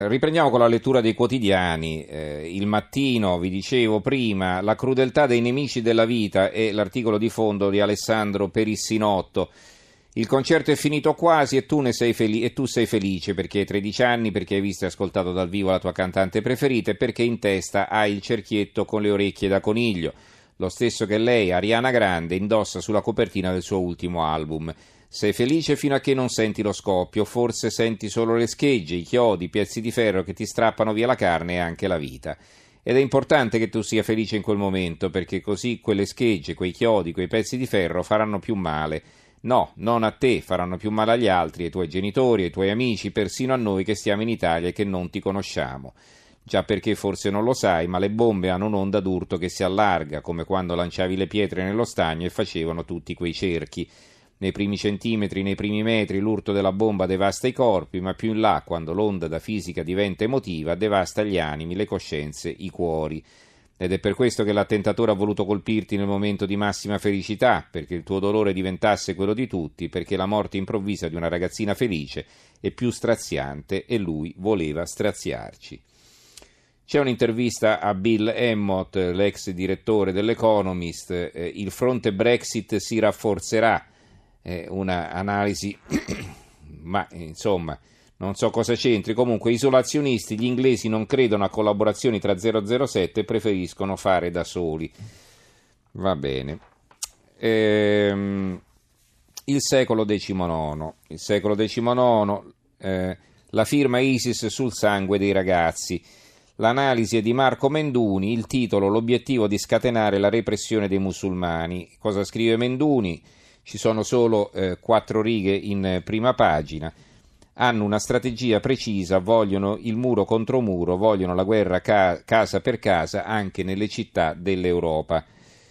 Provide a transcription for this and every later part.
Riprendiamo con la lettura dei quotidiani. Il Mattino, vi dicevo prima, la crudeltà dei nemici della vita è l'articolo di fondo di Alessandro Perissinotto. Il concerto è finito quasi e tu sei felice perché hai 13 anni, perché hai visto e ascoltato dal vivo la tua cantante preferita e perché in testa hai il cerchietto con le orecchie da coniglio, lo stesso che lei, Ariana Grande, indossa sulla copertina del suo ultimo album. Sei felice fino a che non senti lo scoppio, forse senti solo le schegge, i chiodi, i pezzi di ferro che ti strappano via la carne e anche la vita. Ed è importante che tu sia felice in quel momento, perché così quelle schegge, quei chiodi, quei pezzi di ferro faranno più male. No, non a te, faranno più male agli altri, ai tuoi genitori, ai tuoi amici, persino a noi che stiamo in Italia e che non ti conosciamo. Già perché forse non lo sai, ma le bombe hanno un'onda d'urto che si allarga, come quando lanciavi le pietre nello stagno e facevano tutti quei cerchi. Nei primi centimetri, nei primi metri, l'urto della bomba devasta i corpi, ma più in là, quando l'onda da fisica diventa emotiva, devasta gli animi, le coscienze, i cuori. Ed è per questo che l'attentatore ha voluto colpirti nel momento di massima felicità, perché il tuo dolore diventasse quello di tutti, perché la morte improvvisa di una ragazzina felice è più straziante e lui voleva straziarci. C'è un'intervista a Bill Emmott, l'ex direttore dell'Economist, il fronte Brexit si rafforzerà. Una analisi ma insomma non so cosa c'entri. Comunque isolazionisti, gli inglesi non credono a collaborazioni tra 007 e preferiscono fare da soli. Va bene. Il secolo XIX, la firma ISIS sul sangue dei ragazzi. L'analisi è di Marco Menduni, il titolo: l'obiettivo di scatenare la repressione dei musulmani. Cosa scrive Menduni? Ci sono solo 4 righe in prima pagina. Hanno una strategia precisa, vogliono il muro contro muro, vogliono la guerra casa per casa anche nelle città dell'Europa.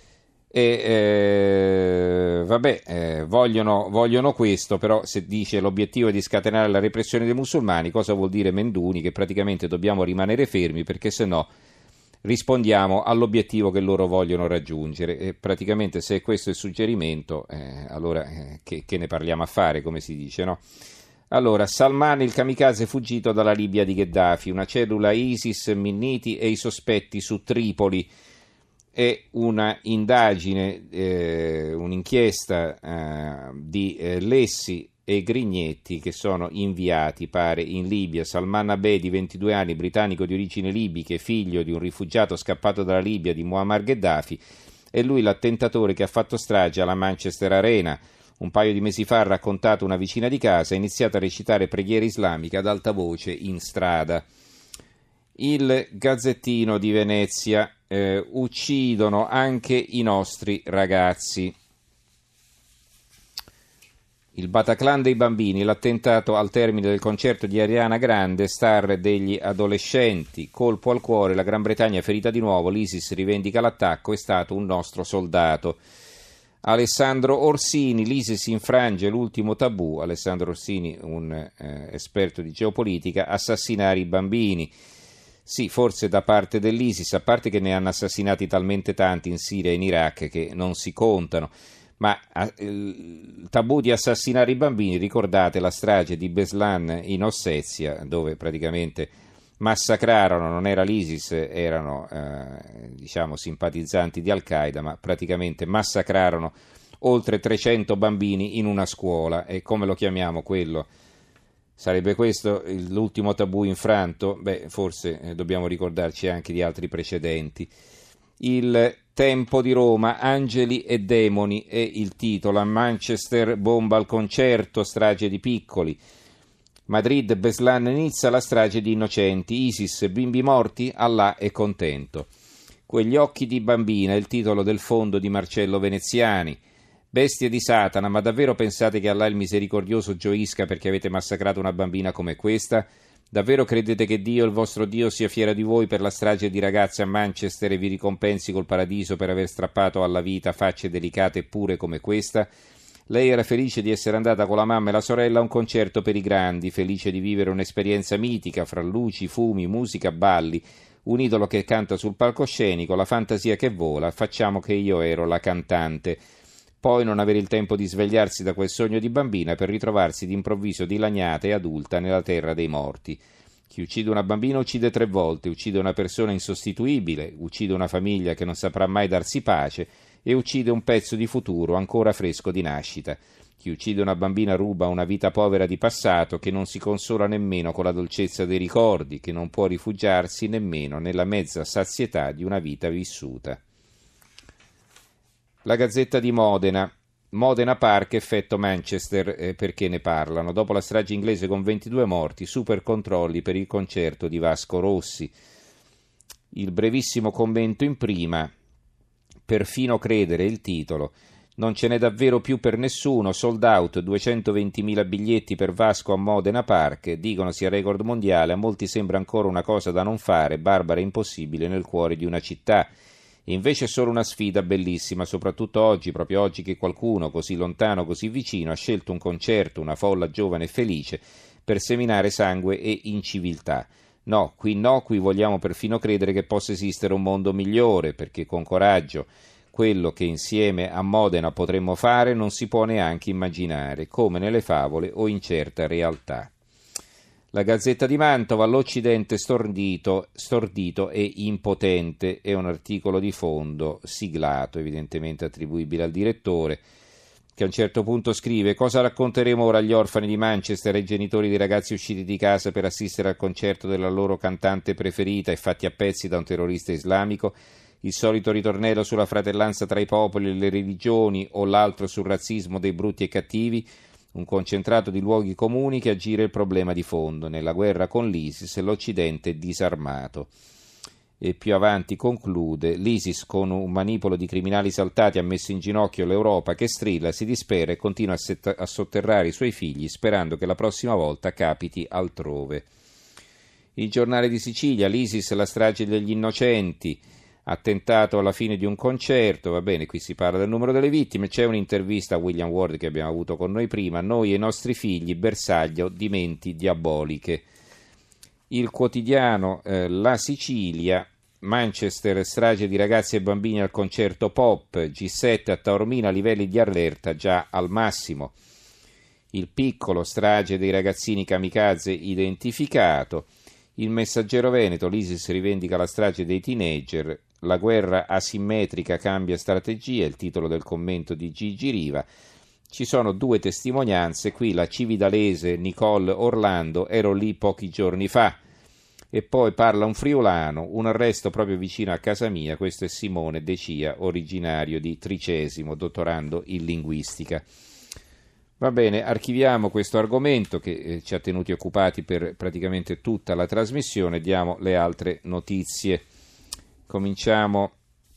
Vogliono questo, però se dice l'obiettivo è di scatenare la repressione dei musulmani, cosa vuol dire Menduni? Che praticamente dobbiamo rimanere fermi perché sennò rispondiamo all'obiettivo che loro vogliono raggiungere. E praticamente se questo è il suggerimento, allora che ne parliamo a fare, come si dice, no? Allora, Salman, il kamikaze fuggito dalla Libia di Gheddafi, una cellula ISIS, Minniti e i sospetti su Tripoli. È una indagine, un'inchiesta di Lessi e Grignetti che sono inviati, pare, in Libia. Salman Abedi, 22 anni, britannico di origini libiche, figlio di un rifugiato scappato dalla Libia di Muammar Gheddafi, è lui l'attentatore che ha fatto strage alla Manchester Arena. Un paio di mesi fa ha raccontato una vicina di casa, ha iniziato a recitare preghiere islamiche ad alta voce in strada. Il Gazzettino di Venezia, uccidono anche i nostri ragazzi. Il Bataclan dei bambini, l'attentato al termine del concerto di Ariana Grande, star degli adolescenti, colpo al cuore, la Gran Bretagna ferita di nuovo, l'ISIS rivendica l'attacco, è stato un nostro soldato. Alessandro Orsini, l'ISIS infrange l'ultimo tabù, Alessandro Orsini, un esperto di geopolitica, assassinare i bambini. Sì, forse da parte dell'ISIS, a parte che ne hanno assassinati talmente tanti in Siria e in Iraq che non si contano, ma il tabù di assassinare i bambini, ricordate la strage di Beslan in Ossezia, dove praticamente massacrarono, non era l'ISIS, erano simpatizzanti di Al-Qaeda, ma praticamente massacrarono oltre 300 bambini in una scuola. E come lo chiamiamo quello? Sarebbe questo l'ultimo tabù infranto? Beh, forse dobbiamo ricordarci anche di altri precedenti. Il Tempo di Roma, Angeli e Demoni è il titolo. A Manchester, bomba al concerto, strage di piccoli. Madrid, Beslan, Nizza, la strage di innocenti. ISIS, bimbi morti, Allah è contento. Quegli occhi di bambina è il titolo del fondo di Marcello Veneziani. Bestie di Satana, ma davvero pensate che Allah il misericordioso gioisca perché avete massacrato una bambina come questa? Davvero credete che Dio, il vostro Dio, sia fiero di voi per la strage di ragazze a Manchester e vi ricompensi col paradiso per aver strappato alla vita facce delicate e pure come questa? Lei era felice di essere andata con la mamma e la sorella a un concerto per i grandi, felice di vivere un'esperienza mitica fra luci, fumi, musica, balli, un idolo che canta sul palcoscenico, la fantasia che vola, facciamo che io ero la cantante. Poi non avere il tempo di svegliarsi da quel sogno di bambina per ritrovarsi d'improvviso dilaniata e adulta nella terra dei morti. Chi uccide una bambina uccide 3 volte, uccide una persona insostituibile, uccide una famiglia che non saprà mai darsi pace e uccide un pezzo di futuro ancora fresco di nascita. Chi uccide una bambina ruba una vita povera di passato che non si consola nemmeno con la dolcezza dei ricordi, che non può rifugiarsi nemmeno nella mezza sazietà di una vita vissuta. La Gazzetta di Modena. Modena Park, effetto Manchester, perché ne parlano? Dopo la strage inglese con 22 morti, super controlli per il concerto di Vasco Rossi. Il brevissimo commento in prima, perfino credere il titolo. Non ce n'è davvero più per nessuno, sold out, 220.000 biglietti per Vasco a Modena Park, dicono sia record mondiale, a molti sembra ancora una cosa da non fare, barbara e impossibile nel cuore di una città. E invece è solo una sfida bellissima, soprattutto oggi, proprio oggi che qualcuno, così lontano, così vicino, ha scelto un concerto, una folla giovane e felice, per seminare sangue e inciviltà. No, qui vogliamo perfino credere che possa esistere un mondo migliore, perché con coraggio quello che insieme a Modena potremmo fare non si può neanche immaginare, come nelle favole o in certa realtà. La Gazzetta di Mantova, l'Occidente stordito e impotente, è un articolo di fondo siglato, evidentemente attribuibile al direttore, che a un certo punto scrive: cosa racconteremo ora agli orfani di Manchester e ai genitori dei ragazzi usciti di casa per assistere al concerto della loro cantante preferita e fatti a pezzi da un terrorista islamico? Il solito ritornello sulla fratellanza tra i popoli e le religioni o l'altro sul razzismo dei brutti e cattivi? Un concentrato di luoghi comuni che aggira il problema di fondo. Nella guerra con l'ISIS l'Occidente è disarmato. E più avanti conclude: l'ISIS con un manipolo di criminali saltati ha messo in ginocchio l'Europa che strilla, si dispera e continua a sotterrare i suoi figli sperando che la prossima volta capiti altrove. Il Giornale di Sicilia, l'ISIS, la strage degli innocenti, attentato alla fine di un concerto, va bene, qui si parla del numero delle vittime, c'è un'intervista a William Ward che abbiamo avuto con noi prima, noi e i nostri figli, bersaglio di menti diaboliche. Il quotidiano La Sicilia, Manchester, strage di ragazzi e bambini al concerto pop, G7 a Taormina, livelli di allerta già al massimo. Il Piccolo, strage dei ragazzini kamikaze identificato. Il Messaggero Veneto, l'ISIS rivendica la strage dei teenager, la guerra asimmetrica cambia strategia, il titolo del commento di Gigi Riva. Ci sono 2 testimonianze, qui la cividalese Nicole Orlando, ero lì pochi giorni fa, e poi parla un friulano, un arresto proprio vicino a casa mia, questo è Simone De Cia, originario di Tricesimo, dottorando in linguistica. Va bene, archiviamo questo argomento che ci ha tenuti occupati per praticamente tutta la trasmissione, diamo le altre notizie. Cominciamo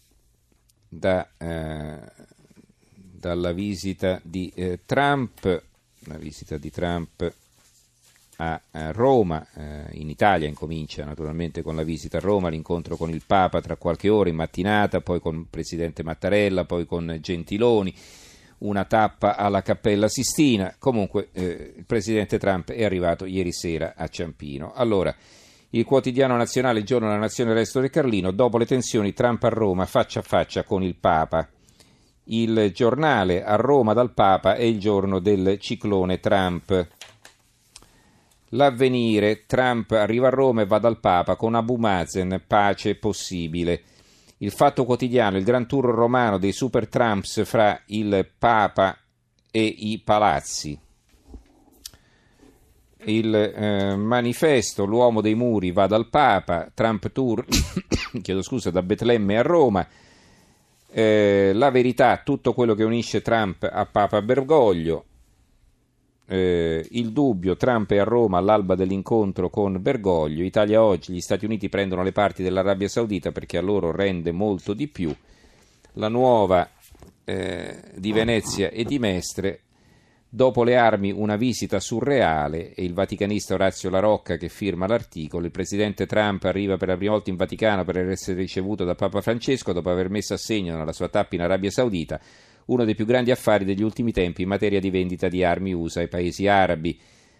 dalla visita di Trump, la visita di Trump a Roma, in Italia incomincia naturalmente con la visita a Roma, l'incontro con il Papa tra qualche ora in mattinata, poi con il Presidente Mattarella, poi con Gentiloni, una tappa alla Cappella Sistina. Comunque il Presidente Trump è arrivato ieri sera a Ciampino. Allora, il quotidiano nazionale, il giorno della nazione, il resto del Carlino, dopo le tensioni Trump a Roma faccia a faccia con il Papa. Il giornale, a Roma dal Papa è il giorno del ciclone Trump. L'Avvenire, Trump arriva a Roma e va dal Papa con Abu Mazen, pace possibile. Il Fatto Quotidiano, il gran tour romano dei super Trumps fra il Papa e i palazzi. Il Manifesto, l'uomo dei muri va dal Papa, Trump tour da Betlemme a Roma. La Verità, tutto quello che unisce Trump a Papa Bergoglio. Il Dubbio, Trump è a Roma all'alba dell'incontro con Bergoglio. Italia Oggi, gli Stati Uniti prendono le parti dell'Arabia Saudita perché a loro rende molto di più. La Nuova di Venezia e di Mestre, dopo le armi una visita surreale, e il vaticanista Orazio La Rocca che firma l'articolo. Il presidente Trump arriva per la prima volta in Vaticano per essere ricevuto da Papa Francesco dopo aver messo a segno nella sua tappa in Arabia Saudita uno dei più grandi affari degli ultimi tempi in materia di vendita di armi USA ai paesi arabi.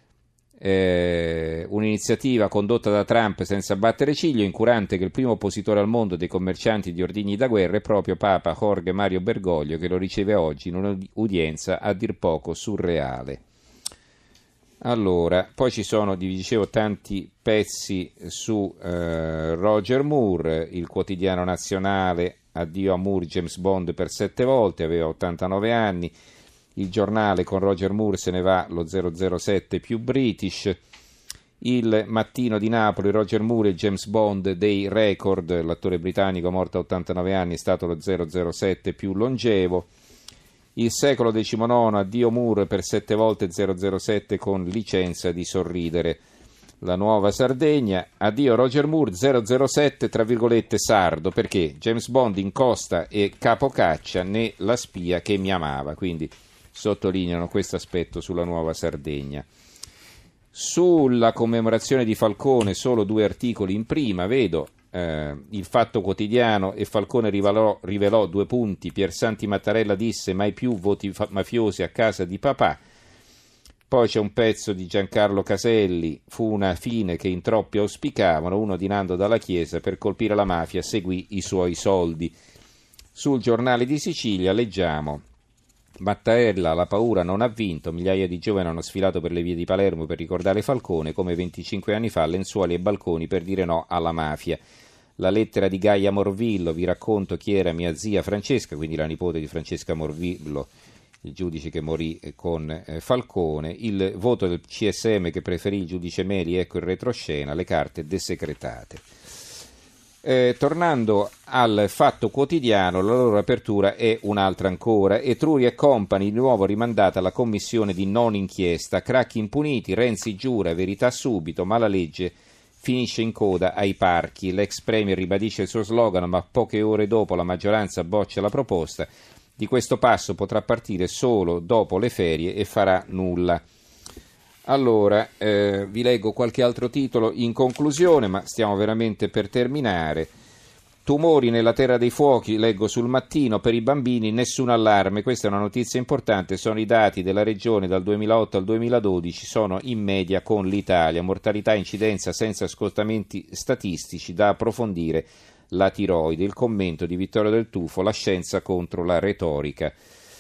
Un'iniziativa condotta da Trump senza battere ciglio, incurante che il primo oppositore al mondo dei commercianti di ordigni da guerra è proprio Papa Jorge Mario Bergoglio, che lo riceve oggi in un'udienza a dir poco surreale. Allora, poi ci sono, vi dicevo, tanti pezzi su Roger Moore, il quotidiano nazionale, addio a Moore, James Bond per 7 volte, aveva 89 anni, il giornale con Roger Moore se ne va, lo 007 più British, il Mattino di Napoli, Roger Moore e James Bond dei record, l'attore britannico morto a 89 anni è stato lo 007 più longevo. Il Secolo XIX, addio Moore per 7 volte 007 con licenza di sorridere. La Nuova Sardegna, addio Roger Moore 007 tra virgolette sardo, perché James Bond in costa e capocaccia né la spia che mi amava, quindi sottolineano questo aspetto sulla Nuova Sardegna. Sulla commemorazione di Falcone solo 2 articoli in prima, vedo il Fatto Quotidiano e Falcone rivelò 2 punti, Piersanti Mattarella disse mai più voti mafiosi a casa di papà. Poi c'è un pezzo di Giancarlo Caselli, fu una fine che in troppi auspicavano, uno di Nando Dalla Chiesa per colpire la mafia seguì i suoi soldi. Sul Giornale di Sicilia leggiamo: Mattarella, la paura non ha vinto, migliaia di giovani hanno sfilato per le vie di Palermo per ricordare Falcone, come 25 anni fa lenzuoli e balconi per dire no alla mafia. La lettera di Gaia Morvillo, vi racconto chi era mia zia Francesca, quindi la nipote di Francesca Morvillo, il giudice che morì con Falcone, il voto del CSM che preferì il giudice Meli, ecco il retroscena, le carte desecretate. Tornando al Fatto Quotidiano, la loro apertura è un'altra ancora. Etruria e Company di nuovo rimandata alla commissione di non inchiesta, crack impuniti, Renzi giura verità subito, ma la legge finisce in coda ai parchi. L'ex premier ribadisce il suo slogan, ma poche ore dopo la maggioranza boccia la proposta. Di questo passo potrà partire solo dopo le ferie e farà nulla. Allora, vi leggo qualche altro titolo in conclusione, ma stiamo veramente per terminare. Tumori nella terra dei fuochi, leggo sul Mattino, per i bambini nessun allarme, questa è una notizia importante, sono i dati della regione dal 2008 al 2012, sono in media con l'Italia, mortalità e incidenza senza scostamenti statistici, da approfondire la tiroide, il commento di Vittorio Del Tufo, la scienza contro la retorica.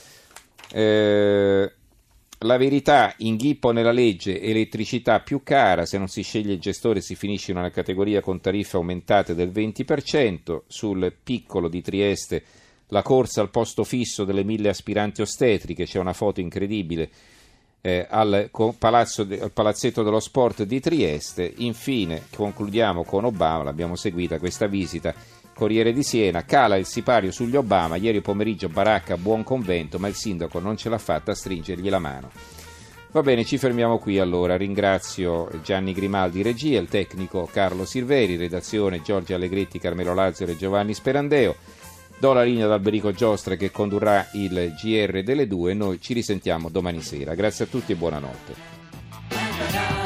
La Verità, inghippo nella legge, elettricità più cara, se non si sceglie il gestore si finisce in una categoria con tariffe aumentate del 20%, sul Piccolo di Trieste la corsa al posto fisso delle 1000 aspiranti ostetriche, c'è una foto incredibile al Palazzetto dello Sport di Trieste. Infine concludiamo con Obama, l'abbiamo seguita questa visita. Corriere di Siena, cala il sipario sugli Obama, ieri pomeriggio baracca, buon convento, ma il sindaco non ce l'ha fatta a stringergli la mano. Va bene, ci fermiamo qui allora, ringrazio Gianni Grimaldi regia, il tecnico Carlo Silveri, redazione Giorgio Allegretti, Carmelo Lazzaro e Giovanni Sperandeo. Do la linea ad Alberico Giostra che condurrà il GR delle 2 e noi ci risentiamo domani sera. Grazie a tutti e buonanotte.